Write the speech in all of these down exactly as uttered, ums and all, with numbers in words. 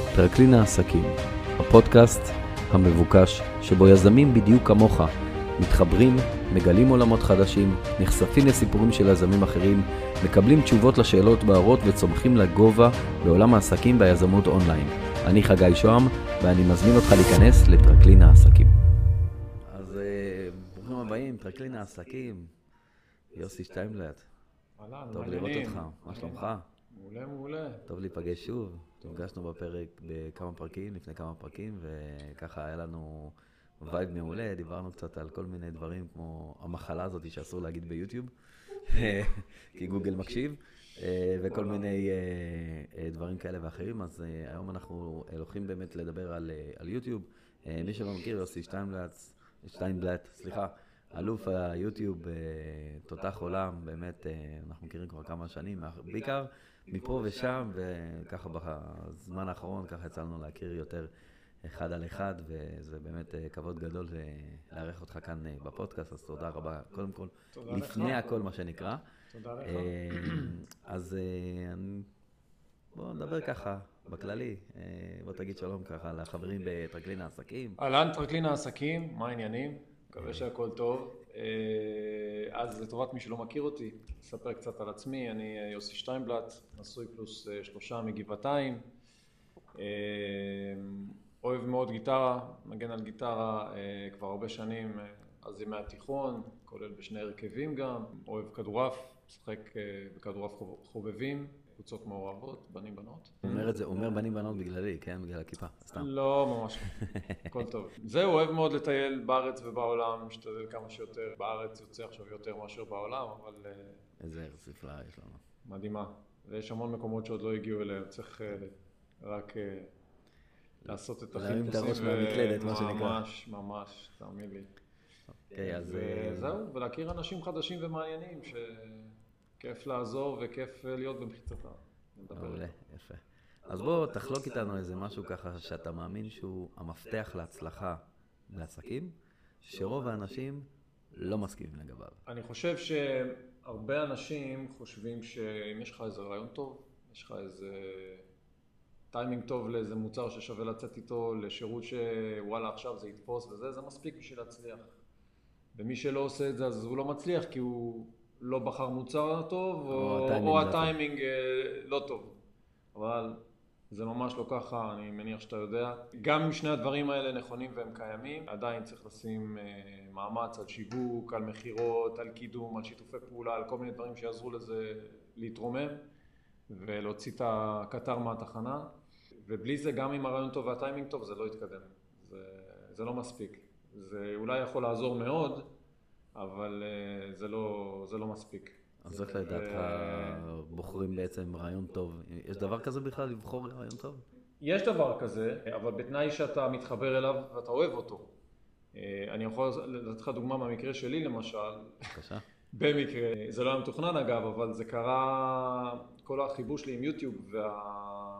טרקלין העסקים, הפודקאסט המבוקש שבו יזמים בדיוק כמוך מתחברים, מגלים עולמות חדשים, נחשפים לסיפורים של יזמים אחרים, מקבלים תשובות לשאלות בערות וצומחים לגובה בעולם העסקים והיזמות אונליין. אני חגי שוהם ואני מזמין אותך להיכנס לטרקלין העסקים. אז ברוכים הבאים, טרקלין העסקים. יוסי שטיינבלט. טוב לראות אותך, מה שלומך? מעולה, מעולה. טוב להיפגש שוב. נפגשנו בפרק, בכמה פרקים, לפני כמה פרקים, וככה היה לנו וייב מעולה, דיברנו קצת על כל מיני דברים כמו המחלה הזאת שאסור להגיד ביוטיוב, כי גוגל מקשיב, וכל מיני דברים כאלה ואחרים. אז היום אנחנו הולכים באמת לדבר על, על יוטיוב. מי שלא מכיר, יוסי שטיינבלט, שטיינבלט, סליחה, אלוף היוטיוב, תותח עולם, באמת אנחנו מכירים כבר כמה שנים, בעיקר מפה ושם, וככה בזמן האחרון ככה יצאנו להכיר יותר אחד על אחד, וזה באמת כבוד גדול לארח אותך כאן בפודקאסט, אז תודה רבה. קודם כל, לפני הכל מה שנקרא. תודה לך. אז בואו נדבר ככה בכללי, בוא תגיד שלום ככה לחברים בטרקלין העסקים. אהלן טרקלין העסקים, מה העניינים? מקווה שהכל טוב. אז לטובת מי שלא מכיר אותי, אספר קצת על עצמי. אני יוסי שטיינבלט, נשוי פלוס שלושה מגבעתיים. אוהב מאוד גיטרה, מגן על גיטרה כבר הרבה שנים, אז ימי התיכון, כולל בשני הרכבים גם. אוהב כדורעף, משחק בכדורעף חובבים, קבוצות מעורבות, בנים בנות. הוא אומר את זה, הוא אומר בנים בנות בגללי, כן? בגלל הכיפה, סתם. לא, ממש לא. הכל טוב. זהו, אוהב מאוד לטייל בארץ ובעולם, משתדל כמה שיותר. בארץ יוצא עכשיו יותר מאשר בעולם, אבל... איזה ארץ נפלאה יש לנו. מדהימה. ויש המון מקומות שעוד לא הגיעו אליהם, צריך רק לעשות את החיפושים. להרים את הראש מהמקלדת, מה שנקרא. ממש, ממש, תאמין לי. אוקיי, אז... זהו, ולהכיר אנשים חדשים ומעניינים ש... כיף לעזור וכיף להיות במחיצתה. מעולה, יפה. אז בוא תחלוק איתנו איזה משהו ככה שאתה מאמין שהוא המפתח להצלחה לעסקים, שרוב האנשים לא מסכימים לגביו. אני חושב שהרבה אנשים חושבים שאם יש לך איזה רעיון טוב, יש לך איזה טיימינג טוב לאיזה מוצר ששווה לצאת איתו, לשירות שוואלה עכשיו זה יתפוס וזה, זה מספיק בשביל להצליח. ומי שלא עושה את זה אז הוא לא מצליח כי הוא... לא בחר מוצר טוב, או, או הטיימינג לא טוב. אבל זה ממש לא ככה, אני מניח שאתה יודע. גם אם שני הדברים האלה נכונים והם קיימים, עדיין צריך לשים מאמץ על שיווק, על מחירות, על קידום, על שיתופי פעולה, על כל מיני דברים שיעזרו לזה להתרומם, ולהוציא את הקטר מהתחנה. ובלי זה, גם אם הרעיון טוב והטיימינג טוב, זה לא יתקדם. זה, זה לא מספיק. זה אולי יכול לעזור מאוד, אבל זה לא, זה לא מספיק. אז איך לדעתך בוחרים בעצם רעיון טוב? יש דבר כזה בכלל לבחור רעיון טוב? יש דבר כזה, אבל בתנאי שאתה מתחבר אליו ואתה אוהב אותו. אני יכול לתת לך דוגמה מהמקרה שלי למשל. בבקשה. במקרה, זה לא היה מתוכנן אגב, אבל זה קרה, כל החיבור שלי עם יוטיוב וה...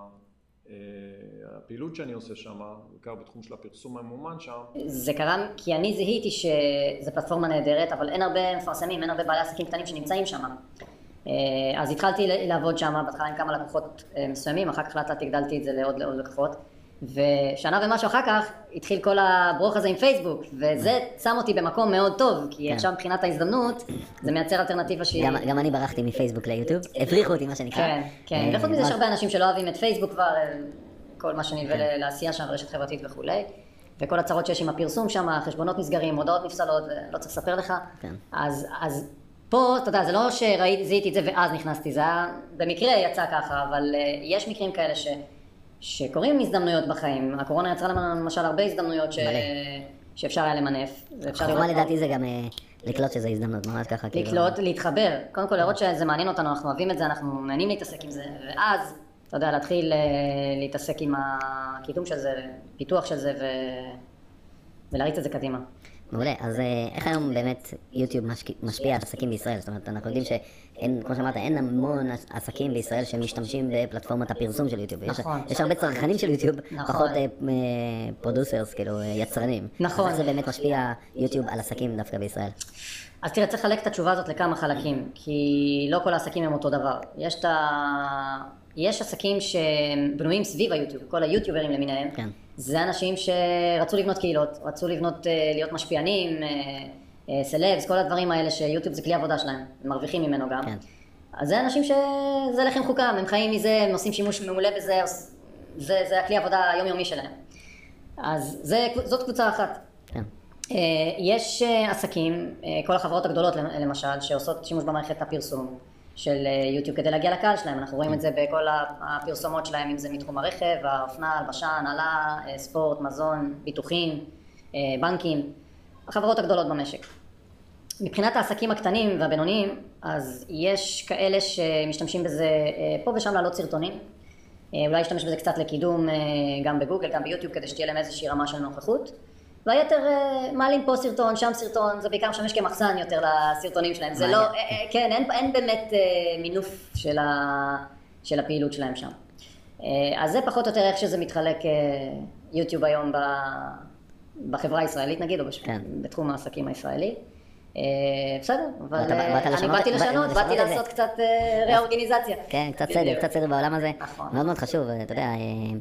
הפעילות שאני עושה שם, בעיקר בתחום של הפרסום הממומן שם. זה קרה כי אני זיהיתי שזו פלטפורמה נהדרת, אבל אין הרבה מפרסמים, אין הרבה בעלי עסקים קטנים שנמצאים שם. אז התחלתי לעבוד שם, בהתחלה עם כמה לקוחות מסוימים, אחר כך לאט לאט הגדלתי את זה לעוד לעוד לקוחות. ושנה ומשהו אחר כך התחיל כל הברוך הזה עם פייסבוק, וזה שם אותי במקום מאוד טוב, כי עכשיו מבחינת ההזדמנות זה מייצר אלטרנטיבה שהיא... גם אני ברחתי מפייסבוק ליוטיוב, הבריחו אותי מה שנקרא. כן, כן, וחוץ מזה יש הרבה אנשים שלא אוהבים את פייסבוק כבר, כל מה שנלווה לעשייה שם, רשת חברתית וכולי, וכל הצרות שיש עם הפרסום שם, חשבונות נסגרים, הודעות נפסלות, לא צריך לספר לך. אז פה, אתה יודע, זה לא שראיתי את זה ואז נכנסתי, זה היה במקרה יצא ככה, אבל יש מקרים כאלה ש... שקוראים הזדמנויות בחיים. הקורונה יצרה לנו למשל הרבה הזדמנויות ש... שאפשר היה למנף. החוכמה לדעתי זה גם לקלוט שזה הזדמנות, ממש ככה. לקלוט, להתחבר. קודם כל לראות שזה מעניין אותנו, אנחנו אוהבים את זה, אנחנו נהנים להתעסק עם זה, ואז, אתה יודע, להתחיל להתעסק עם הקידום של זה, פיתוח של זה, ו... ולהריץ את זה קדימה. מעולה, אז איך היום באמת יוטיוב משפיע על עסקים בישראל? זאת אומרת, אנחנו יודעים שאין, כמו שאמרת, אין המון עסקים בישראל שמשתמשים בפלטפורמת הפרסום של יוטיוב. נכון. יש הרבה צרכנים של יוטיוב, פחות פרודוסרס, כאילו יצרנים. נכון. אז איך זה באמת משפיע יוטיוב על עסקים דווקא בישראל? אז תראה, צריך לחלק את התשובה הזאת לכמה חלקים, כי לא כל העסקים הם אותו דבר. יש את יש עסקים שבנויים סביב היוטיוב, כל היוטיוברים למיניהם. כן. זה אנשים שרצו לבנות קהילות, רצו לבנות, להיות משפיענים, סלבס, כל הדברים האלה שיוטיוב זה כלי עבודה שלהם, הם מרוויחים ממנו גם. כן. אז זה אנשים שזה לחם חוקם, הם חיים מזה, הם עושים שימוש מעולה בזה, זה, זה הכלי עבודה היומיומי שלהם. אז זה, זאת קבוצה אחת. כן. יש עסקים, כל החברות הגדולות למשל, שעושות שימוש במערכת הפרסום של יוטיוב כדי להגיע לקהל שלהם. אנחנו רואים את זה בכל הפרסומות שלהם, אם זה מתחום הרכב, האופנה, הלבשה, הנעלה, ספורט, מזון, ביטוחים, בנקים, החברות הגדולות במשק. מבחינת העסקים הקטנים והבינוניים, אז יש כאלה שמשתמשים בזה פה ושם לעלות סרטונים. אולי להשתמש בזה קצת לקידום גם בגוגל, גם ביוטיוב, כדי שתהיה להם איזושהי רמה של נוכחות. והיתר מעלים פה סרטון, שם סרטון, זה בעיקר משמש כמחסן יותר לסרטונים שלהם. זה לא, כן, אין, אין באמת מינוף של, ה, של הפעילות שלהם שם. אז זה פחות או יותר איך שזה מתחלק יוטיוב היום בחברה הישראלית נגיד, או כן. בתחום העסקים הישראלי. בסדר, אבל אני לשנות, באתי לשנות, באתי לעשות קצת ראורגניזציה. כן, קצת סדר, קצת סדר בעולם הזה. מאוד מאוד חשוב, אתה יודע,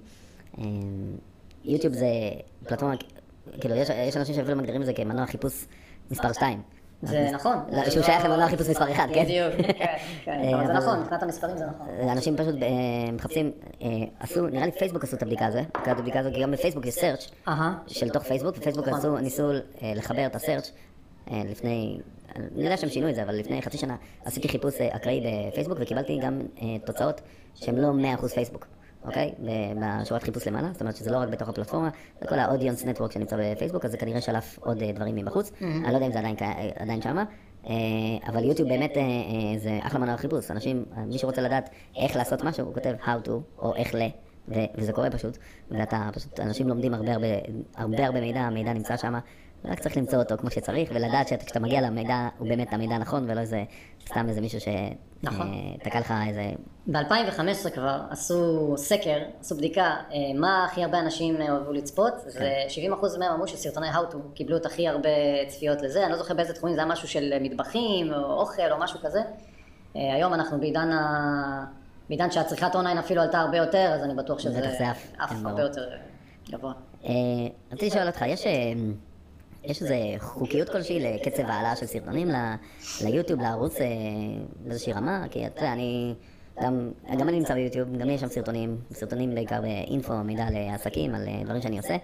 יוטיוב זה פלטפורמה, כאילו יש אנשים שאפילו מגדירים את זה כמנוע חיפוש מספר שתיים. זה נכון. שהוא שייך למנוע חיפוש מספר אחד, כן? בדיוק, כן, אבל זה נכון, מבחינת המספרים זה נכון. אנשים פשוט מחפשים, עשו, נראה לי פייסבוק עשו את הבדיקה הזו, את הבדיקה הזו, כי גם בפייסבוק יש סרצ' של תוך פייסבוק, ופייסבוק ניסו לחבר את הסרצ' לפני, אני יודע שהם שינו את זה, אבל לפני חצי שנה עשיתי חיפוש אקראי בפייסבוק וקיבלתי גם תוצאות שהן לא מאה אחוז פייסבוק, אוקיי? בשורת חיפוש למעלה, זאת אומרת שזה לא רק בתוך הפלטפורמה, זה כל האודיונס נטוורק שנמצא בפייסבוק, אז זה כנראה שלף עוד דברים מבחוץ, אני לא יודע אם זה עדיין שמה, אבל יוטיוב באמת זה אחלה מנוע חיפוש, אנשים, מי שרוצה לדעת איך לעשות משהו, הוא כותב how to או איך ל, וזה קורה פשוט, ואתה פשוט, אנשים לומדים הרבה הרבה, הרבה הרבה מידע, המידע נמצא שמה, רק צריך למצוא אותו כמו שצריך, ולדעת שכשאתה מגיע למידע, הוא באמת המידע נכון, ולא איזה, סתם איזה מישהו שתקע לך איזה... ב-אלפיים וחמש עשרה כבר עשו סקר, עשו בדיקה, מה הכי הרבה אנשים אוהבו לצפות, ו-שבעים אחוז מהם אמרו שסרטוני how to קיבלו את הכי הרבה צפיות לזה, אני לא זוכר באיזה תחומים, זה היה משהו של מטבחים, או אוכל, או משהו כזה. היום אנחנו בעידן ה... בעידן שהצריכת אונליין אפילו עלתה הרבה יותר, אז אני בטוח שזה אף הרבה יותר גבוה. רציתי לשאול אותך, יש... יש איזו חוקיות כלשהי לקצב העלה של סרטונים ליוטיוב, לערוץ באיזושהי רמה? כי אתה יודע, אני... גם, גם אני נמצא ביוטיוב, גם יש שם סרטונים, סרטונים בעיקר באינפו, מידע לעסקים, על דברים שאני עושה.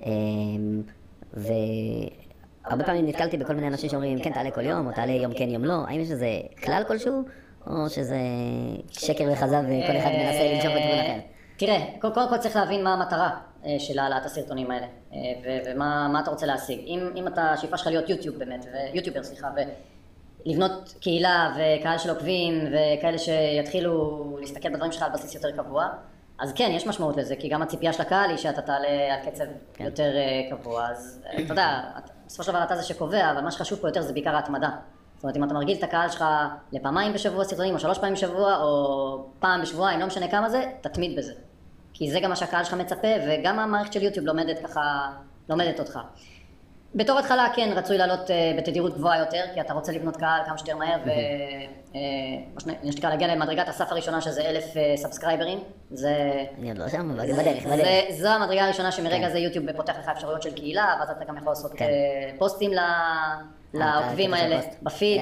והרבה פעמים נתקלתי בכל מיני אנשים שאומרים, כן, תעלה כל יום, או תעלה יום כן, יום לא. האם יש איזה כלל כלשהו, או שזה שקר וכזב וכל אחד מנסה למשוך בכיוון אחר? תראה, קודם כל צריך להבין מה המטרה של העלאת הסרטונים האלה, ומה אתה רוצה להשיג. אם אתה, השאיפה שלך להיות יוטיוב באמת, יוטיובר סליחה, ולבנות קהילה וקהל של עוקבים וכאלה שיתחילו להסתכל בדברים שלך על בסיס יותר קבוע, אז כן, יש משמעות לזה, כי גם הציפייה של הקהל היא שאתה תעלה על קצב יותר קבוע, אז אתה יודע, בסופו של דבר אתה זה שקובע, אבל מה שחשוב פה יותר זה בעיקר ההתמדה. זאת אומרת, אם אתה מרגיל את הקהל שלך לפעמיים בשבוע סרטונים, או שלוש פעמים בשבוע, או פעם בשבועיים, לא משנה כמה זה, תתמיד בזה. כי זה גם מה שהקהל שלך מצפה, וגם המערכת של יוטיוב לומדת ככה, לומדת אותך. בתור התחלה, כן, רצוי לעלות בתדירות גבוהה יותר, כי אתה רוצה לבנות קהל כמה שיותר מהר, ויש לי קהל להגיע למדרגת הסף הראשונה, שזה אלף סאבסקרייברים. זה... אני עוד לא שם, אבל זה בדרך, בדרך. זו המדרגה הראשונה שמרגע זה יוטיוב פותח לך אפשרויות של קהילה, ואז אתה גם יכול לעשות פוסטים לעוקבים האלה בפיד,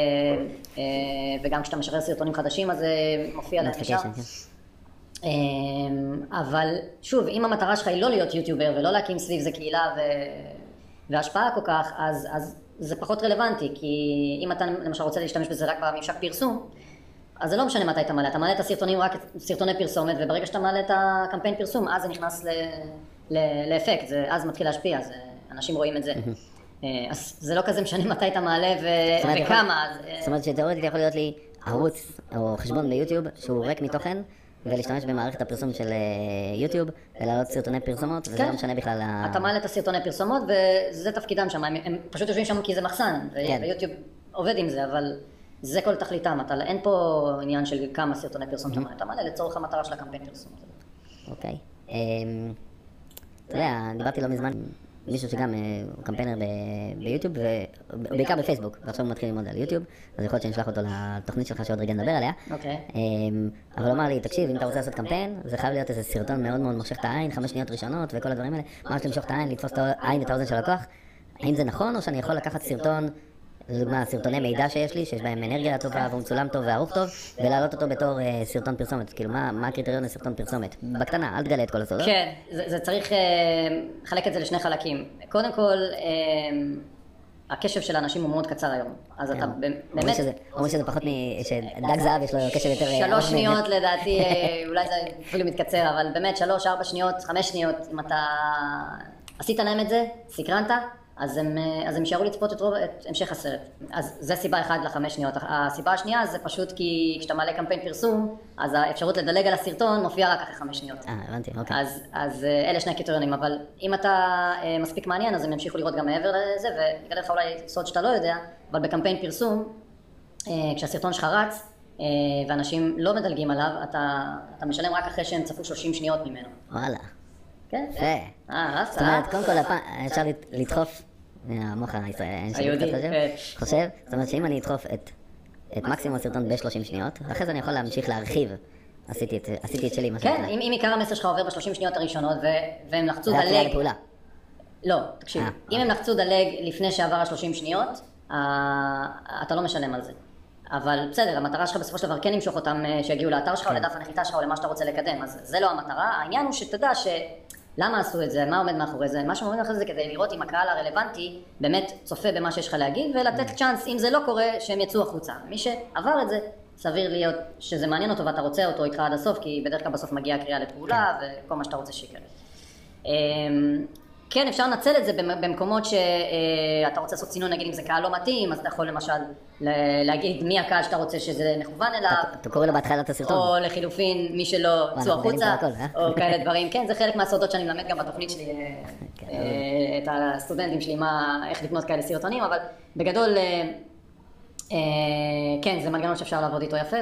וגם כשאתה משחרר סרטונים חדשים, אז זה מופיע להם ישר. אבל שוב, אם המטרה שלך היא לא להיות יוטיובר ולא להקים סביב זה קהילה והשפעה כל כך, אז זה פחות רלוונטי, כי אם אתה למשל רוצה להשתמש בזה רק בממשק פרסום, אז זה לא משנה מתי אתה מעלה, אתה מעלה את הסרטונים רק סרטוני פרסומת, וברגע שאתה מעלה את הקמפיין פרסום, אז זה נכנס לאפקט, אז מתחיל להשפיע, אז אנשים רואים את זה. אז זה לא כזה משנה מתי אתה מעלה וכמה. זאת אומרת שתיאורטית יכול להיות לי ערוץ או חשבון ביוטיוב שהוא ריק מתוכן, ולהשתמש במערכת הפרסום של יוטיוב, ולהעלות סרטוני פרסומות, וזה לא משנה בכלל... אתה מעלה את הסרטוני פרסומות, וזה תפקידם שם, הם פשוט יושבים שם כי זה מחסן, ויוטיוב עובד עם זה, אבל זה כל תכליתם, אין פה עניין של כמה סרטוני פרסום אתה מעלה, אתה מעלה לצורך המטרה של הקמפיין פרסום. אוקיי. אתה יודע, דיברתי לא מזמן מישהו שגם הוא קמפיינר ביוטיוב, ובעיקר בפייסבוק, ועכשיו הוא מתחיל ללמוד על יוטיוב, אז יכול להיות שאני אשלח אותו לתוכנית שלך שעוד רגע נדבר עליה. אוקיי. אבל הוא אמר לי, תקשיב, אם אתה רוצה לעשות קמפיין, זה חייב להיות איזה סרטון מאוד מאוד מושך את העין, חמש שניות ראשונות וכל הדברים האלה, ממש למשוך את העין, לתפוס את העין ואת האוזן של הלקוח. האם זה נכון, או שאני יכול לקחת סרטון, לדוגמה, סרטוני מידע שיש לי, שיש בהם אנרגיה טובה והוא מצולם טוב וערוך טוב, ולהעלות אותו בתור אה, סרטון פרסומת. כאילו, מה, מה הקריטריון לסרטון פרסומת? בקטנה, אל תגלה את כל הסודות. כן, זה, זה צריך לחלק אה, את זה לשני חלקים. קודם כל, אה, הקשב של האנשים הוא מאוד קצר היום. אז כן. אתה באמת... אומרים שזה פחות מ... שדג זהב יש לו קשב יותר... שלוש שניות לדעתי, אולי זה אפילו מתקצר, אבל באמת שלוש, ארבע שניות, חמש שניות, אם אתה עשית להם את זה, סקרנת, אז הם, אז הם יישארו לצפות את, רוב, את המשך הסרט. אז זה סיבה אחת לחמש שניות. הסיבה השנייה זה פשוט כי כשאתה מעלה קמפיין פרסום, אז האפשרות לדלג על הסרטון מופיעה רק אחרי חמש שניות. אה, הבנתי, אוקיי. אז, אז אלה שני הקריטריונים, אבל אם אתה מספיק מעניין, אז הם ימשיכו לראות גם מעבר לזה, ויגלה לך אולי סוד שאתה לא יודע, אבל בקמפיין פרסום, כשהסרטון שלך רץ, ואנשים לא מדלגים עליו, אתה, אתה משלם רק אחרי שהם צפו שלושים שניות ממנו. וואלה. כן? יפה. אה, רצת. זאת אומרת, קודם כל אפשר לדחוף מהמוח היהודי, חושב, זאת אומרת שאם אני אדחוף את מקסימום הסרטון ב-שלושים שניות, אחרי זה אני יכול להמשיך להרחיב. עשיתי את שלי. כן, אם עיקר המסר שלך עובר ב-שלושים שניות הראשונות, והם לחצו דלג... זה היה לפעולה. לא, תקשיב, אם הם לחצו דלג לפני שעבר ה-שלושים שניות, אתה לא משלם על זה. אבל בסדר, המטרה שלך בסופו של דבר כן למשוך אותם שיגיעו לאתר שלך או לדף הנחיתה שלך או למה שאתה רוצה לקדם, אז זה לא המטרה. העניין הוא שתדע ש... למה עשו את זה, מה עומד מאחורי זה, מה שעומד מאחורי זה כדי לראות אם הקהל הרלוונטי באמת צופה במה שיש לך להגיד ולתת צ'אנס, אם זה לא קורה, שהם יצאו החוצה. מי שעבר את זה, סביר להיות שזה מעניין אותו ואתה רוצה אותו איתך עד הסוף, כי בדרך כלל בסוף מגיעה קריאה לפעולה וכל מה שאתה רוצה שיקרה. כן, אפשר לנצל את זה במקומות שאתה רוצה לעשות צינון, נגיד אם זה קהל לא מתאים, אז אתה יכול למשל להגיד מי הקהל שאתה רוצה שזה מכוון אליו. אתה קורא לו בהתחלת הסרטון. או לחילופין, מי שלא צאו החוצה, או כאלה דברים. כן, זה חלק מהסודות שאני מלמד גם בתוכנית שלי, את הסטודנטים שלי, איך לבנות כאלה סרטונים, אבל בגדול, כן, זה מנגנון שאפשר לעבוד איתו יפה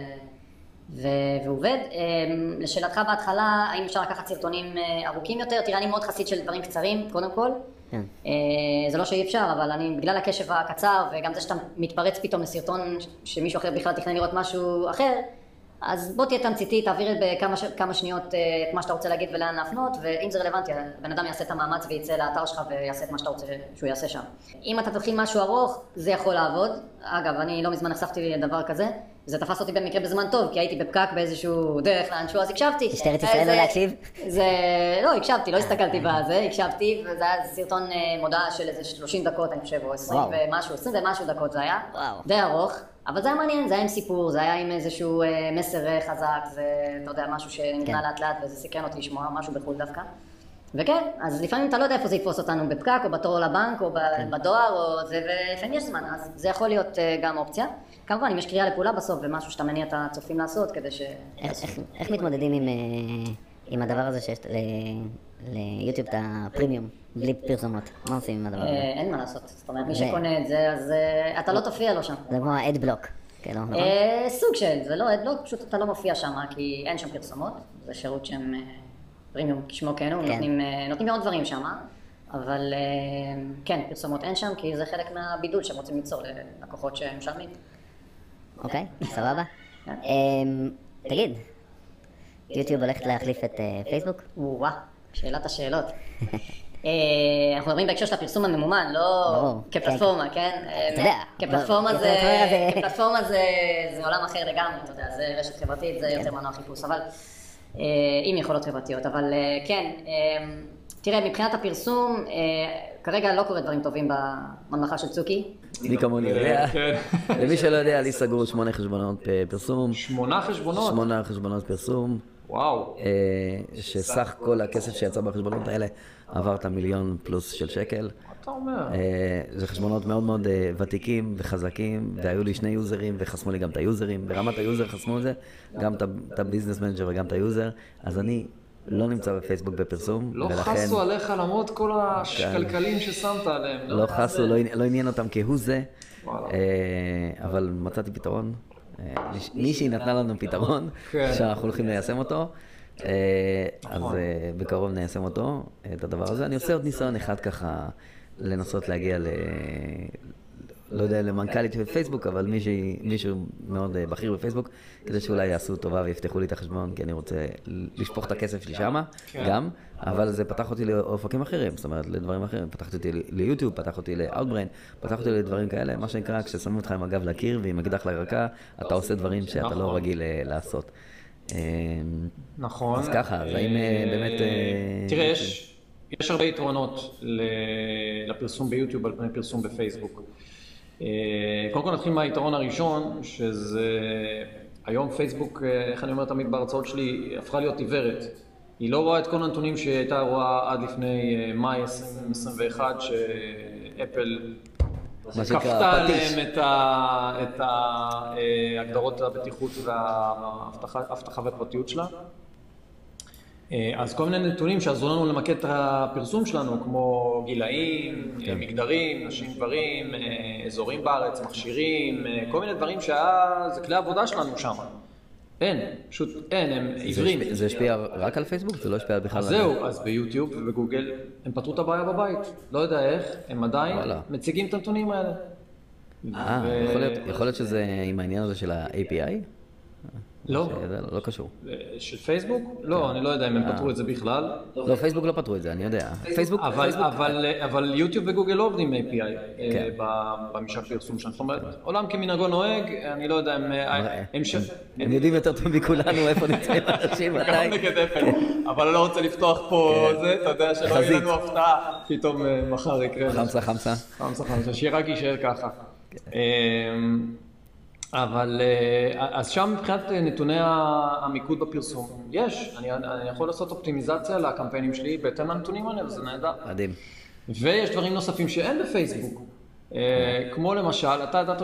ועובד. לשאלתך בהתחלה, האם אפשר לקחת סרטונים ארוכים יותר? תראה, אני מאוד חסיד של דברים קצרים, קודם כל. זה לא שאי אפשר, אבל אני, בגלל הקשב הקצר, וגם זה שאתה מתפרץ פתאום לסרטון שמישהו אחר בכלל תכנן לראות משהו אחר, אז בוא תהיה תמציתי, תעביר בכמה כמה שניות את מה שאתה רוצה להגיד ולאן להפנות, ואם זה רלוונטי, הבן אדם יעשה את המאמץ ויצא לאתר שלך ויעשה את מה שאתה רוצה שהוא יעשה שם. אם אתה תתחיל משהו ארוך, זה יכול לעבוד. אגב, אני לא מזמן נחשפתי לדבר כזה, זה תפס אותי במקרה בזמן טוב, כי הייתי בפקק באיזשהו דרך לאנשהו, אז הקשבתי. משטרת ישראל לא להקשיב? זה, לא, הקשבתי, לא הסתכלתי בזה, הקשבתי, וזה היה סרטון מודעה של איזה שלושים דקות, אני חושב, או עשרים ומשהו, עשרים ומשהו דקות זה היה, די ארוך. אבל זה היה מעניין, זה היה עם סיפור, זה היה עם איזשהו מסר חזק, זה, אתה יודע, משהו שנבנה לאט לאט וזה סקרן אותי לשמוע, משהו בחו"ל דווקא. וכן, אז לפעמים אתה לא יודע איפה זה יתפוס אותנו, בפקק או בתור לבנק או בדואר או זה, ולפעמים יש זמן, אז זה יכול להיות גם אופציה. כמובן, אם יש קריאה לפעולה בסוף ומשהו שאתה מניע את הצופים לעשות כדי ש... איך מתמודדים עם הדבר הזה שיש ליוטיוב את הפרימיום, בלי פרסומות? מה עושים עם הדבר הזה? אין מה לעשות, זאת אומרת, מי שקונה את זה, אז אתה לא תופיע לו שם. זה כמו האדבלוק, כן, לא? סוג של, זה לא אדבלוק, פשוט אתה לא מופיע שם, כי אין שם פרסומות, זה שירות שהם פרימיום, כשמו כן הוא, נותנים מאוד דברים שם, אבל כן, פרסומות אין שם, כי זה חלק מהבידול שהם רוצים ליצור ללקוחות שמשלמים. אוקיי, סבבה. תגיד, יוטיוב הולכת להחליף את פייסבוק? וואה, שאלת השאלות. אנחנו מדברים בהקשר של הפרסום הממומן, לא כפלטפורמה, כן? אתה יודע. כפלטפורמה זה עולם אחר לגמרי, אתה יודע, זה רשת חברתית, זה יותר מנוע חיפוש, אבל עם יכולות חברתיות, אבל כן, תראה, מבחינת הפרסום, כרגע לא קורה דברים טובים בממלכה של צוקי. מי כמוני יודע. למי שלא יודע, לי סגרו שמונה חשבונות פרסום. שמונה חשבונות? שמונה חשבונות פרסום. וואו. שסך כל הכסף שיצא בחשבונות האלה עבר את המיליון פלוס של שקל. מה אתה אומר? זה חשבונות מאוד מאוד ותיקים וחזקים, והיו לי שני יוזרים וחסמו לי גם את היוזרים. ברמת היוזר חסמו את זה, גם את הביזנס מנג'ר וגם את היוזר. אז אני לא נמצא בפייסבוק בפרסום. לא חסו עליך למרות כל הכלכלים ששמת עליהם. לא חסו, לא עניין אותם כהוא זה, אבל מצאתי פתרון. מישהי נתנה לנו פתרון שאנחנו הולכים ליישם אותו. אז בקרוב ניישם אותו, את הדבר הזה. אני עושה עוד ניסיון אחד ככה לנסות להגיע ל... לא יודע, למנכ"לית של פייסבוק, אבל מישהי, מישהו מאוד בכיר בפייסבוק, כדי שאולי יעשו טובה ויפתחו לי את החשבון, כי אני רוצה לשפוך את הכסף שלי שמה, גם, אבל זה פתח אותי לאופקים אחרים, זאת אומרת, לדברים אחרים. פתח אותי ליוטיוב, פתח אותי לאוטבריין, פתח אותי לדברים כאלה, מה שנקרא, כששמים אותך עם הגב לקיר ועם אקדח לרקה, אתה עושה דברים שאתה לא רגיל לעשות. נכון. אז ככה, אז האם באמת... תראה, יש, יש הרבה יתרונות לפרסום ביוטיוב על פני פרסום בפייסבוק. קודם כל נתחיל מהיתרון הראשון, שזה היום פייסבוק, איך אני אומר תמיד בהרצאות שלי, הפכה להיות עיוורת. היא לא רואה את כל הנתונים שהיא הייתה רואה עד לפני מאי עשרים עשרים ואחת, שאפל כפתה עליהם את ההגדרות הבטיחות והאבטחה והפרטיות שלה. אז כל מיני נתונים שעזרו לנו למקד את הפרסום שלנו, כמו גילאים, כן. מגדרים, נשים גברים, אזורים בארץ, מכשירים, כל מיני דברים שהיה, זה כלי עבודה שלנו שם. אין, פשוט אין, הם עיוורים. זה השפיע רק על פייסבוק? זה לא השפיע בכלל? אז זהו, אז ביוטיוב ובגוגל הם פתרו את הבעיה בבית. לא יודע איך, הם עדיין מציגים את הנתונים האלה. אה, יכול להיות שזה עם העניין הזה של ה-איי פי איי? לא. לא קשור. של פייסבוק? לא, אני לא יודע אם הם פתרו את זה בכלל. לא, פייסבוק לא פתרו את זה, אני יודע. פייסבוק... אבל יוטיוב וגוגל לא עובדים איי פי איי במשק פרסום שלנו. זאת אומרת, עולם כמנהגו נוהג, אני לא יודע אם... הם יודעים יותר טוב מכולנו איפה נמצאים אנשים, מתי. גם נגד אפל, אבל אני לא רוצה לפתוח פה זה, אתה יודע שלא יהיה לנו הפתעה, פתאום מחר יקרה. חמסה, חמסה. חמסה, חמסה, שיהיה רק יישאר ככה. אבל אז שם מבחינת נתוני המיקוד בפרסום, יש, אני, אני יכול לעשות אופטימיזציה לקמפיינים שלי בהתאם לנתונים האלה, וזה נהדר. מדהים. ויש דברים נוספים שאין בפייסבוק, כמו למשל, אתה ידעת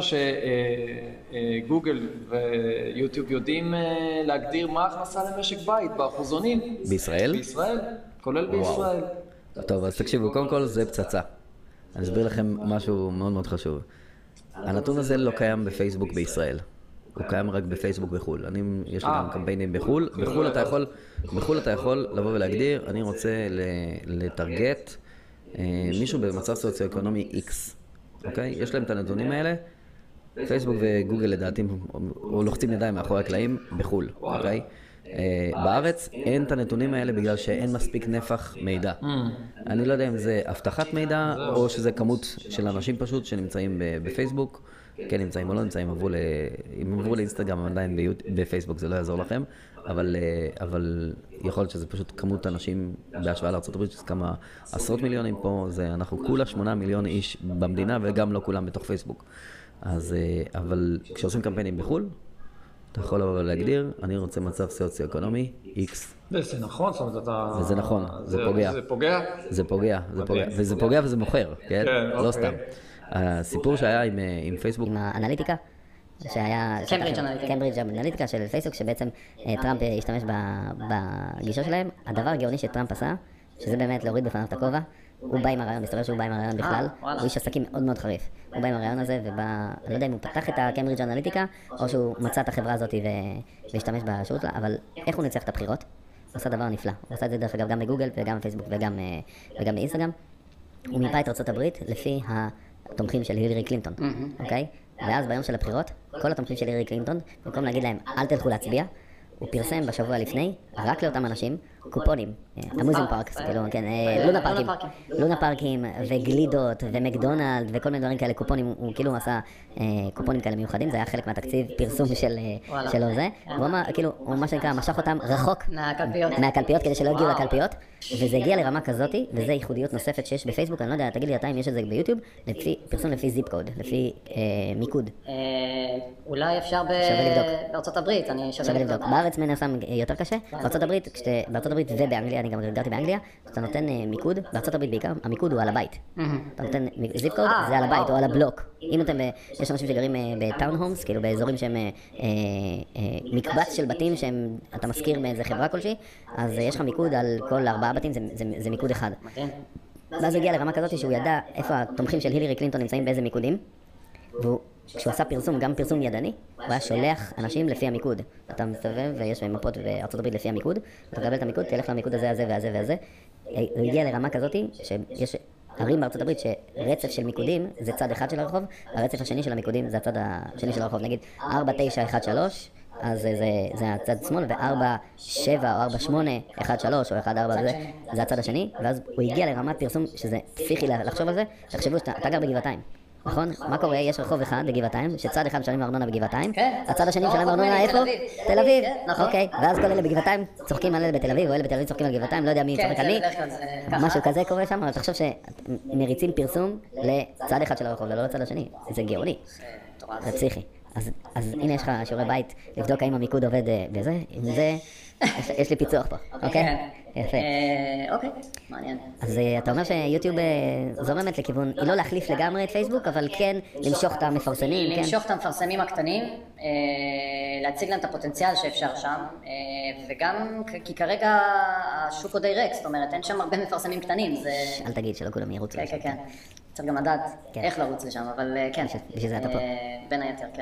שגוגל ויוטיוב יודעים להגדיר מה ההכנסה למשק בית באחוזונים. בישראל? בישראל, כולל בישראל. טוב, אז תקשיבו, קודם כל זה פצצה. אני אסביר לכם משהו מאוד מאוד חשוב. הנתון הזה לא קיים בפייסבוק בישראל. הוא קיים רק בפייסבוק בחול. אני, יש לי גם קמפיינים בחול. בחול אתה יכול, בחול אתה יכול לבוא ולהגדיר, אני רוצה לטרגט מישהו במצב סוציו-אקונומי X. אוקיי? יש להם את הנתונים האלה. פייסבוק וגוגל לדעתי, או לוחצים ידיים מאחורי הקלעים בחול. אוקיי? בארץ אין את הנתונים האלה בגלל שאין מספיק נפח מידע. אני לא יודע אם זה הבטחת מידע או שזה כמות של אנשים פשוט שנמצאים בפייסבוק, כן נמצאים או לא נמצאים, אם עברו לאינסטגרם עדיין בפייסבוק זה לא יעזור לכם, אבל יכול להיות שזה פשוט כמות אנשים בהשוואה לארצות הברית, שזה כמה עשרות מיליונים פה, אנחנו כולה שמונה מיליון איש במדינה וגם לא כולם בתוך פייסבוק. אבל כשעושים קמפיינים בחו"ל, אתה יכול לבוא להגדיר, אני רוצה מצב סוציו-אקונומי X. זה נכון, זאת אומרת, אתה... וזה נכון, זה פוגע. זה פוגע? זה פוגע, זה פוגע. וזה פוגע וזה מוכר, כן? לא סתם. הסיפור שהיה עם פייסבוק... עם האנליטיקה, שהיה... קיימברידג' אנליטיקה של פייסבוק, שבעצם טראמפ השתמש בגישה שלהם. הדבר הגאוני שטראמפ עשה, שזה באמת להוריד בפניו את הכובע, הוא בא עם הרעיון, מסתבר שהוא בא עם הרעיון בכלל, הוא איש עסקים מאוד מאוד חריף. הוא בא עם הרעיון הזה ובא, אני לא יודע אם הוא פתח את הקיימברידג' אנליטיקה, או שהוא מצא את החברה הזאת והשתמש בשירות שלה, אבל איך הוא ניצח את הבחירות? הוא עשה דבר נפלא. הוא עשה את זה דרך אגב גם בגוגל וגם בפייסבוק וגם באינסטגרם. הוא מיפה את ארצות הברית לפי התומכים של הילרי קלינטון, אוקיי? ואז ביום של הבחירות, כל התומכים של הילרי קלינטון, במקום להגיד להם אל תלכו להצביע, הוא פרסם בשבוע לפני, רק לאותם אנשים, קופונים, המוזיאום פארקס, כאילו, כן, לונה פארקים, לונה פארקים וגלידות ומקדונלד וכל מיני דברים כאלה, קופונים, הוא כאילו עשה קופונים כאלה מיוחדים, זה היה חלק מהתקציב פרסום שלו זה, והוא אמר, כאילו, הוא מה שנקרא, משך אותם רחוק מהקלפיות כדי שלא הגיעו לקלפיות, וזה הגיע לרמה כזאת, וזה ייחודיות נוספת שיש בפייסבוק, אני לא יודע, תגיד לי אתה אם יש את זה ביוטיוב, פרסום לפי זיפ קוד, לפי מיקוד. אולי אפשר בארצות הברית, אני שווה לבדוק. בארץ מן הסתם יותר קשה, בארצות הברית, בארצות הברית ובאנגליה, אני גם גרתי באנגליה, אתה נותן מיקוד, בארצות הברית בעיקר, המיקוד הוא על הבית. אתה נותן זיפ קוד, זה על הבית או על הבלוק. אם אתם, יש אנשים שגרים בטאון הומס, כאילו באזורים שהם מקבץ של בתים שאתה מזכיר מאיזה חברה כלשהי, אז יש לך מיקוד על כל ארבעה בתים, זה מיקוד אחד. ואז הוא הגיע לרמה כזאת שהוא ידע איפה התומכים של הילרי קלינטון נמצאים באיזה מיקודים, והוא כשהוא עשה פרסום, גם פרסום ידני, הוא היה שולח אנשים לפי המיקוד. אתה מסתובב ויש מפות בארצות הברית לפי המיקוד, אתה מקבל את המיקוד, תלך למיקוד הזה, הזה והזה והזה. הוא הגיע לרמה כזאת שיש ערים בארצות הברית שרצף של מיקודים זה צד אחד של הרחוב, הרצף השני של המיקודים זה הצד השני של הרחוב. נגיד ארבע תשע אחת שלוש, אז זה, זה הצד שמאל, ו-ארבע שבע או ארבע שמונה אחת שלוש או אחת ארבע זה, זה הצד השני, ואז הוא הגיע לרמת פרסום שזה פסיכי לחשוב על זה. תחשבו שאתה גר בגבעתיים, נכון? מה קורה? יש רחוב אחד בגבעתיים, שצד אחד משלם ארנונה בגבעתיים, הצד השני משלם ארנונה איפה? תל אביב, אוקיי, ואז כל אלה בגבעתיים צוחקים על אלה בתל אביב, או אלה בתל אביב צוחקים על גבעתיים, לא יודע מי צוחק על מי, משהו כזה קורה שם, אבל תחשוב שמריצים פרסום לצד אחד של הרחוב, ולא לצד השני, זה גאוני, זה פסיכי. אז, אז הנה יש לך שיעורי בית, לבדוק האם המיקוד עובד בזה, עם זה, יש, יש לי פיצוח פה, אוקיי? יפה. אוקיי, מעניין. אז אתה אומר שיוטיוב זורמת לכיוון, היא לא להחליף לגמרי את פייסבוק, אבל כן למשוך את המפרסמים, כן? למשוך את המפרסמים הקטנים, להציג להם את הפוטנציאל שאפשר שם, וגם כי כרגע השוק עוד די ריק, זאת אומרת, אין שם הרבה מפרסמים קטנים, זה... אל תגיד שלא כולם ירוצו. כן, כן, כן. צריך גם לדעת איך לרוץ לשם, אבל כן. בשביל זה אתה פה. בין היתר, כן.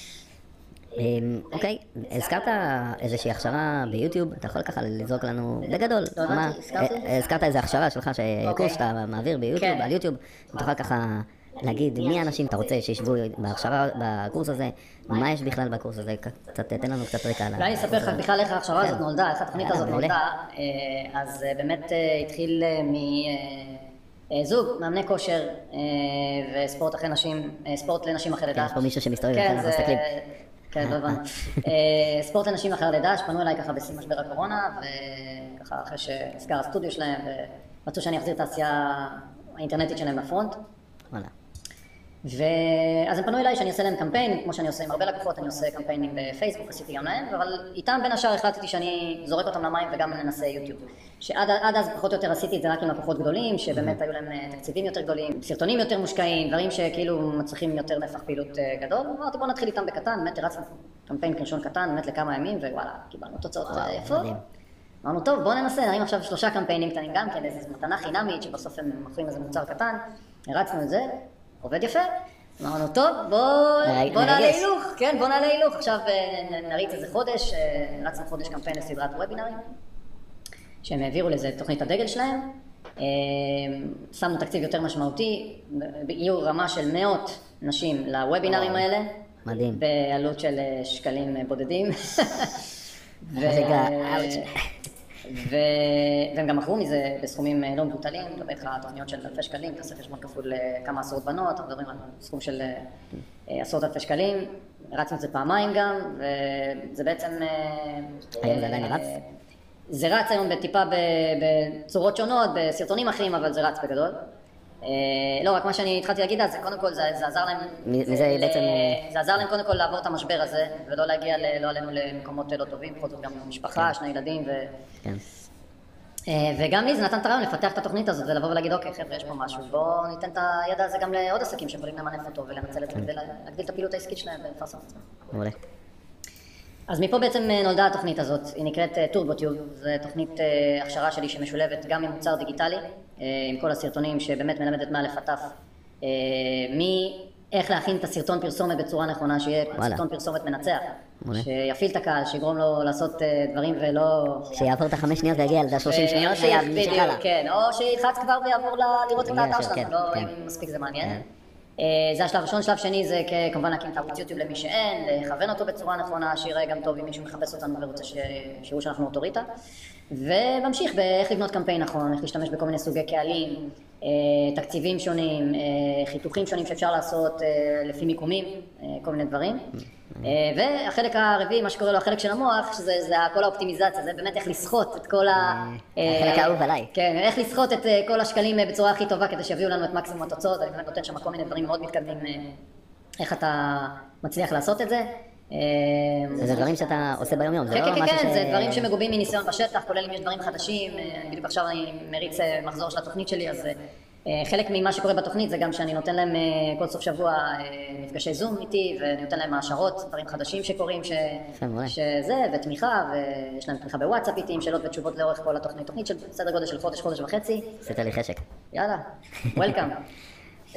אוקיי, הזכרת איזושהי הכשרה ביוטיוב, אתה יכול ככה לזרוק לנו בגדול. לא הבנתי, הזכרתי? הזכרת איזו הכשרה שלך, קורס שאתה מעביר ביוטיוב, על יוטיוב, אתה יכול ככה להגיד מי האנשים אתה רוצה שישבו בהכשרה, בקורס הזה, מה יש בכלל בקורס הזה, קצת, תן לנו קצת רקע. אולי אני אספר לך בכלל איך ההכשרה הזאת נולדה, איך התוכנית הזאת נולדה, אז באמת התחיל מ... זוג, מאמני כושר וספורט אחרי נשים, ספורט לנשים אחרי לידה. יש פה מישהו שמסתובב וכאן אנחנו מסתכלים. כן, לא הבנתי. ספורט לנשים אחרי לידה, שפנו אליי ככה בשיא משבר הקורונה, וככה אחרי שנסגר הסטודיו שלהם, ורצו שאני אחזיר את העשייה האינטרנטית שלהם לפרונט. וואלה. ואז הם פנו אליי שאני אעשה להם קמפיין, כמו שאני עושה עם הרבה לקוחות, אני עושה קמפיינים בפייסבוק, עשיתי גם להם, אבל איתם בין השאר החלטתי שאני זורק אותם למים וגם ננסה יוטיוב. שעד אז פחות או יותר עשיתי את זה רק עם לקוחות גדולים, שבאמת היו להם תקציבים יותר גדולים, סרטונים יותר מושקעים, דברים שכאילו מצריכים יותר נפח פעילות גדול. אמרתי בוא נתחיל איתם בקטן, באמת הרצנו קמפיין קנשון קטן, באמת לכמה ימים, ווואלה, קיבלנו תוצאות יפות. אמרנו טוב בוא ננסה, נרים עכשיו שלושה קמפיינים קטנים גם כן, איזו מתנה חינמית שבסוף הם מוכרים איזה מוצר קטן, הרצנו את זה. עובד יפה, אמרנו טוב, בוא נעלה הילוך, כן, בוא נעלה הילוך, עכשיו נריץ איזה חודש, רצנו חודש קמפיין לסדרת וובינרים, שהם העבירו לזה תוכנית הדגל שלהם, שמנו תקציב יותר משמעותי, יהיו רמה של מאות נשים לוובינרים האלה, מדהים, בעלות של שקלים בודדים, והם גם מכרו מזה בסכומים לא מבוטלים, מדבר איתך תוכניות של אלפי שקלים, תעשה חשבון כפול כמה עשרות בנות, אנחנו מדברים על סכום של עשרות אלפי שקלים, רצנו את זה פעמיים גם, וזה בעצם... היום זה עדיין רץ? זה רץ היום בטיפה בצורות שונות, בסרטונים אחרים, אבל זה רץ בגדול. לא, רק מה שאני התחלתי להגיד אז, קודם כל זה עזר להם... מזה בעצם... זה עזר להם קודם כל לעבור את המשבר הזה, ולא להגיע לא עלינו למקומות לא טובים, בכל זאת גם משפחה, שני ילדים ו... וגם לי זה נתן את הרעיון לפתח את התוכנית הזאת ולבוא ולהגיד אוקיי חבר'ה יש פה משהו, בואו ניתן את הידע הזה גם לעוד עסקים שיכולים למנף אותו ולנצל את זה כדי להגדיל את הפעילות העסקית שלהם ולפרסם את עצמם. מעולה. אז מפה בעצם נולדה התוכנית הזאת, היא נקראת טורבוטיוב, זו תוכנית הכשרה שלי שמשולבת גם עם מוצר דיגיטלי, עם כל הסרטונים שבאמת מלמדת מאלף עד תף, מאיך להכין את הסרטון פרסומת בצורה נכונה, שיהיה סרטון פרסומת מנצח, שיפיל את הקהל, שיגרום לו לעשות דברים ולא... שיעבור את החמש שניות ויגיע על שלושים שניות וימשיך הלאה. כן, או שילחץ כבר ויעבור לראות את האתר שלנו, לא אם מספיק זה מעניין. זה השלב הראשון, שלב שני זה כמובן להקים את הערוץ יוטיוב למי שאין, לכוון אותו בצורה נכונה, שיראה גם טוב אם מישהו מחפש אותנו ורוצה שיראו שאנחנו אוטוריטה, וממשיך באיך לבנות קמפיין נכון, איך להשתמש בכל מיני סוגי קהלים, תקציבים שונים, חיתוכים שונים שאפשר לעשות לפי מיקומים, כל מיני דברים. והחלק הרביעי, מה שקורא לו החלק של המוח, שזה כל האופטימיזציה, זה באמת איך לסחוט את כל ה... החלק האהוב עליי. כן, איך לסחוט את כל השקלים בצורה הכי טובה כדי שיביאו לנו את מקסימום התוצאות, אני באמת נותן שם כל מיני דברים מאוד מתקדמים, איך אתה מצליח לעשות את זה. זה דברים שאתה עושה ביום יום, זה לא משהו ש... כן, כן, זה דברים שמגובים מניסיון בשטח, כולל אם יש דברים חדשים, בדיוק עכשיו אני מריץ מחזור של התוכנית שלי, אז חלק ממה שקורה בתוכנית זה גם שאני נותן להם כל סוף שבוע מפגשי זום איתי, ואני נותן להם העשרות, דברים חדשים שקורים, שזה, ותמיכה, ויש להם תמיכה בוואטסאפ איתי, עם שאלות ותשובות לאורך כל התוכנית, תוכנית של סדר גודל של חודש, חודש וחצי. עשית לי חשק. יאללה, וולקאם. יפה.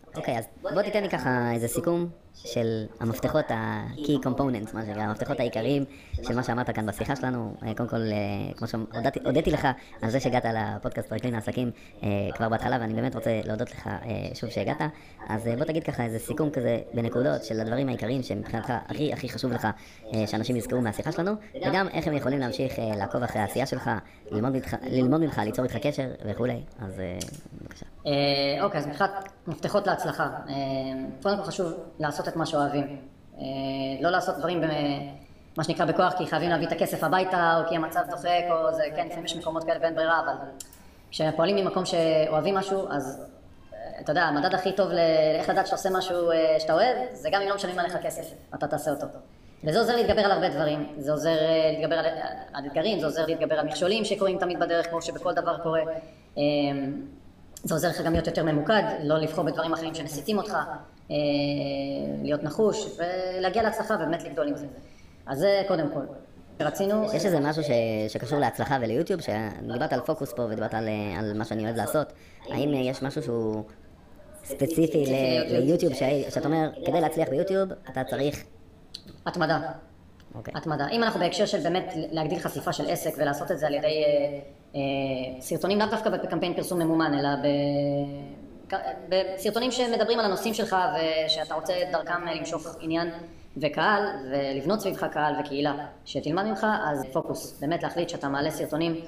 אוקיי, אז בוא תיתן לי ככה איזה סיכום של המפתחות ה-key components, מה שנקרא, המפתחות העיקריים של מה שאמרת כאן בשיחה שלנו. קודם כל, כמו שהודיתי לך על זה שהגעת לפודקאסט טרקלין העסקים כבר בהתחלה, ואני באמת רוצה להודות לך שוב שהגעת. אז בוא תגיד ככה איזה סיכום כזה בנקודות של הדברים העיקריים שמבחינתך הכי הכי חשוב לך שאנשים יזכרו מהשיחה שלנו, וגם איך הם יכולים להמשיך לעקוב אחרי העשייה שלך, ללמוד ממך, ליצור איתך קשר וכולי. אז בבקשה. אוקיי, אז מבחינת מפתחות להצלחה. קודם כל חשוב לעשות את מה שאוהבים. לא לעשות דברים במה שנקרא בכוח, כי חייבים להביא את הכסף הביתה, או כי המצב דוחק, או זה, כן, לפעמים יש מקומות כאלה ואין ברירה, אבל כשפועלים ממקום שאוהבים משהו, אז אתה יודע, המדד הכי טוב לאיך לדעת שאתה עושה משהו שאתה אוהב, זה גם אם לא משלמים עליך כסף, אתה תעשה אותו. וזה עוזר להתגבר על הרבה דברים, זה עוזר להתגבר על אתגרים, זה עוזר להתגבר על מכשולים שקורים תמיד בדרך, כמו שבכל דבר קורה. זה עוזר לך גם להיות יותר ממוקד, לא לבחור בדברים אחרים שמסיתים אותך, להיות נחוש ולהגיע להצלחה ובאמת לגדול עם זה. אז זה קודם כל. רצינו... יש איזה משהו ש... שקשור להצלחה וליוטיוב, שדיברת על פוקוס פה ודיברת על, על מה שאני אוהב לעשות. האם יש משהו שהוא ספציפי ל... ליוטיוב, ש... שאתה אומר, כדי להצליח ביוטיוב, אתה צריך... התמדה. אוקיי. התמדה. אם אנחנו בהקשר של באמת להגדיל חשיפה של עסק ולעשות את זה על ידי אה, אה, סרטונים, לאו דווקא בקמפיין פרסום ממומן, אלא ב... בסרטונים שמדברים על הנושאים שלך ושאתה רוצה דרכם למשוך עניין וקהל ולבנות סביבך קהל וקהילה שתלמד ממך, אז פוקוס, באמת להחליט שאתה מעלה סרטונים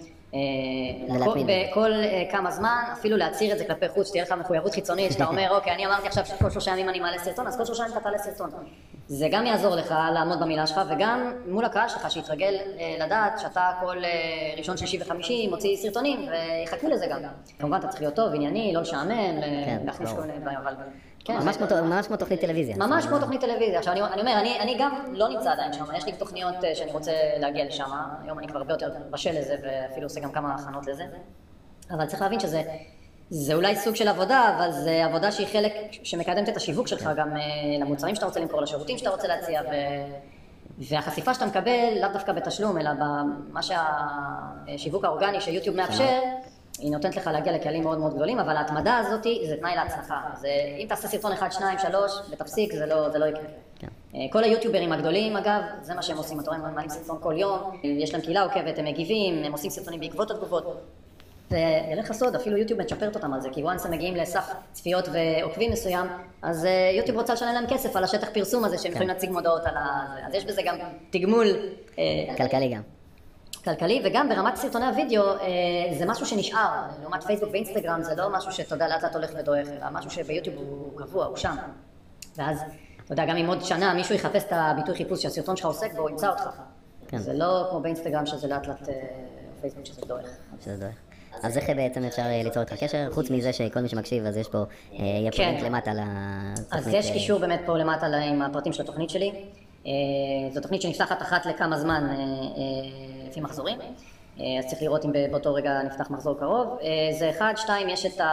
בכל כמה זמן, אפילו להצהיר את זה כלפי חוץ, שתהיה לך מחויבות חיצונית, שאתה אומר, אוקיי, אני אמרתי עכשיו שכל שלושה ימים אני מעלה סרטון, אז כל שלושה ימים אתה תעלה סרטון. זה גם יעזור לך לעמוד במילה שלך, וגם מול הקהל שלך שיתרגל לדעת שאתה כל ראשון, שלישי וחמישי מוציא סרטונים, ויחכו לזה גם. כמובן, אתה צריך להיות טוב, ענייני, לא לשעמם, להכניס כל מיני דברים, אבל... ממש כמו תוכנית טלוויזיה. ממש כמו תוכנית טלוויזיה. עכשיו אני אומר, אני גם לא נמצא עדיין שם, יש לי תוכניות שאני רוצה להגיע לשם, היום אני כבר הרבה יותר בשל לזה ואפילו עושה גם כמה הכנות לזה, אבל צריך להבין שזה זה אולי סוג של עבודה, אבל זה עבודה שהיא חלק שמקדמת את השיווק שלך גם למוצרים שאתה רוצה למכור, לשירותים שאתה רוצה להציע, והחשיפה שאתה מקבל לאו דווקא בתשלום, אלא במה שהשיווק האורגני שיוטיוב מאפשר, היא נותנת לך להגיע לקהלים מאוד מאוד גדולים, אבל ההתמדה הזאת זה תנאי להצלחה. זה, אם תעשה סרטון אחד, שניים, שלוש, ותפסיק, זה לא, זה לא יקרה. כן. כל היוטיוברים הגדולים, אגב, זה מה שהם עושים. אתה רואה, הם מעלים סרטון כל יום, יש להם קהילה עוקבת, הם מגיבים, הם עושים סרטונים בעקבות התגובות. וילך הסוד, אפילו יוטיוב מצ'פרת אותם על זה, כי once הם מגיעים לסף צפיות ועוקבים מסוים, אז יוטיוב רוצה לשלם להם כסף על השטח פרסום הזה, שהם יכולים להציג מודעות על ה... אז יש בזה גם תגמול... כלכלי גם. כלכלי, וגם ברמת סרטוני הוידאו זה משהו שנשאר, לעומת פייסבוק ואינסטגרם זה לא משהו שאתה יודע לאט לאט הולך ודועך, אלא משהו שביוטיוב הוא קבוע, הוא שם. ואז, אתה יודע, גם אם עוד שנה מישהו יחפש את הביטוי חיפוש שהסרטון שלך עוסק בו, הוא ימצא אותך. זה לא כמו באינסטגרם שזה לאט לאט פייסבוק שזה דועך. שזה דועך. אז איך בעצם אפשר ליצור איתך קשר? חוץ מזה שכל מי שמקשיב, אז יש פה, יהיה פרק למטה לתוכנית. אז יש קישור באמת פה למטה עם הפרטים של התוכנית שלי. זו תוכנית שנפתחת אחת לכמה זמן לפי מחזורים, אז צריך לראות אם באותו רגע נפתח מחזור קרוב. זה אחד, שתיים, יש את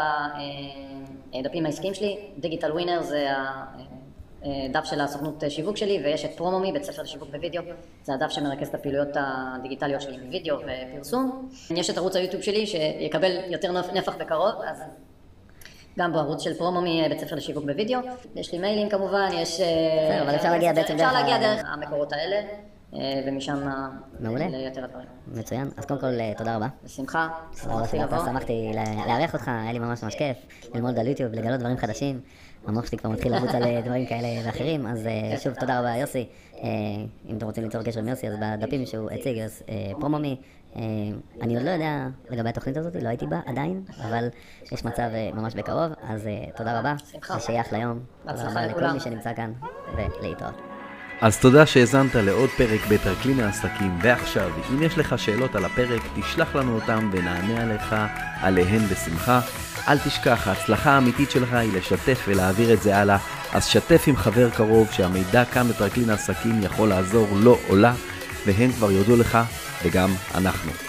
הדפים העסקיים שלי, דיגיטל ווינר זה הדף של הסוכנות שיווק שלי, ויש את פרומומי, בית ספר לשיווק בווידאו, זה הדף שמרכז את הפעילויות הדיגיטליות שלי בווידאו ופרסום. יש את ערוץ היוטיוב שלי שיקבל יותר נפח בקרוב, אז גם בערוץ של פרומומי, בית ספר לשיווק בווידאו. יש לי מיילים כמובן, יש... אבל אפשר להגיע בעצם דרך... אפשר להגיע דרך המקורות האלה, ומשם ליותר הדברים. מצוין. אז קודם כל, תודה רבה. בשמחה. שמחתי לארח אותך, היה לי ממש ממש כיף, ללמוד על יוטיוב, לגלות דברים חדשים. המוח שלי כבר מתחיל לרוץ על דברים כאלה ואחרים, אז שוב, תודה רבה יוסי. אם אתם רוצים ליצור קשר עם יוסי, אז בדפים שהוא הציג, אז פרומומי. אני עוד לא יודע לגבי התוכנית הזאת, לא הייתי בה עדיין, אבל יש מצב ממש בקרוב, אז תודה רבה, שייך ליום, תודה רבה לכל מי שנמצא כאן, ולהתראות. אז תודה שהזנת לעוד פרק בטרקלין העסקים, ועכשיו, אם יש לך שאלות על הפרק, תשלח לנו אותם ונענה עליך עליהן בשמחה. אל תשכח, ההצלחה האמיתית שלך היא לשתף ולהעביר את זה הלאה, אז שתף עם חבר קרוב שהמידע כאן בטרקלין העסקים יכול לעזור לו או לה, והם כבר יודו לך וגם אנחנו.